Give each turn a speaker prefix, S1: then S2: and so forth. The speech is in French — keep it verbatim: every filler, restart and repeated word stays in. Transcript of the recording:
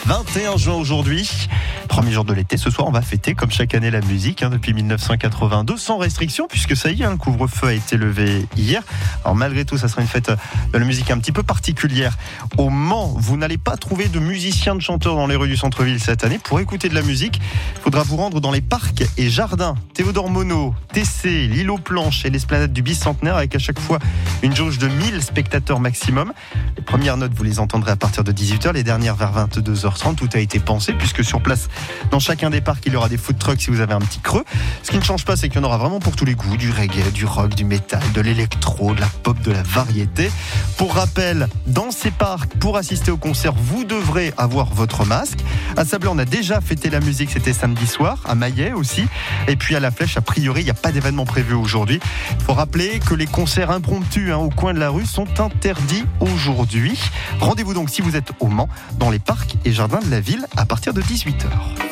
S1: vingt et un juin aujourd'hui. Premier jour de l'été, ce soir on va fêter comme chaque année la musique hein, depuis mille neuf cent quatre-vingt-deux sans restriction puisque ça y est, hein, le couvre-feu a été levé hier. Alors malgré tout ça sera une fête de la musique un petit peu particulière. Au Mans, vous n'allez pas trouver de musiciens, de chanteurs dans les rues du centre-ville cette année. Pour écouter de la musique, il faudra vous rendre dans les parcs et jardins Théodore Monod, T C, l'île aux planches et l'esplanade du bicentenaire avec à chaque fois une jauge de mille spectateurs maximum. Les premières notes vous les entendrez à partir de dix-huit heures, les dernières vers vingt-deux heures trente. Tout a été pensé puisque sur place dans chacun des parcs, il y aura des food trucks si vous avez un petit creux. Ce qui ne change pas, c'est qu'il y en aura vraiment pour tous les goûts, du reggae, du rock, du métal, de l'électro, de la pop, de la variété. Pour rappel, dans ces parcs, pour assister au concert, vous devrez avoir votre masque. À Sablé, on a déjà fêté la musique, c'était samedi soir, à Maillet aussi. Et puis à La Flèche, a priori, il n'y a pas d'événement prévu aujourd'hui. Il faut rappeler que les concerts impromptus hein, au coin de la rue sont interdits aujourd'hui. Rendez-vous donc si vous êtes au Mans, dans les parcs et jardins de la ville à partir de dix-huit heures.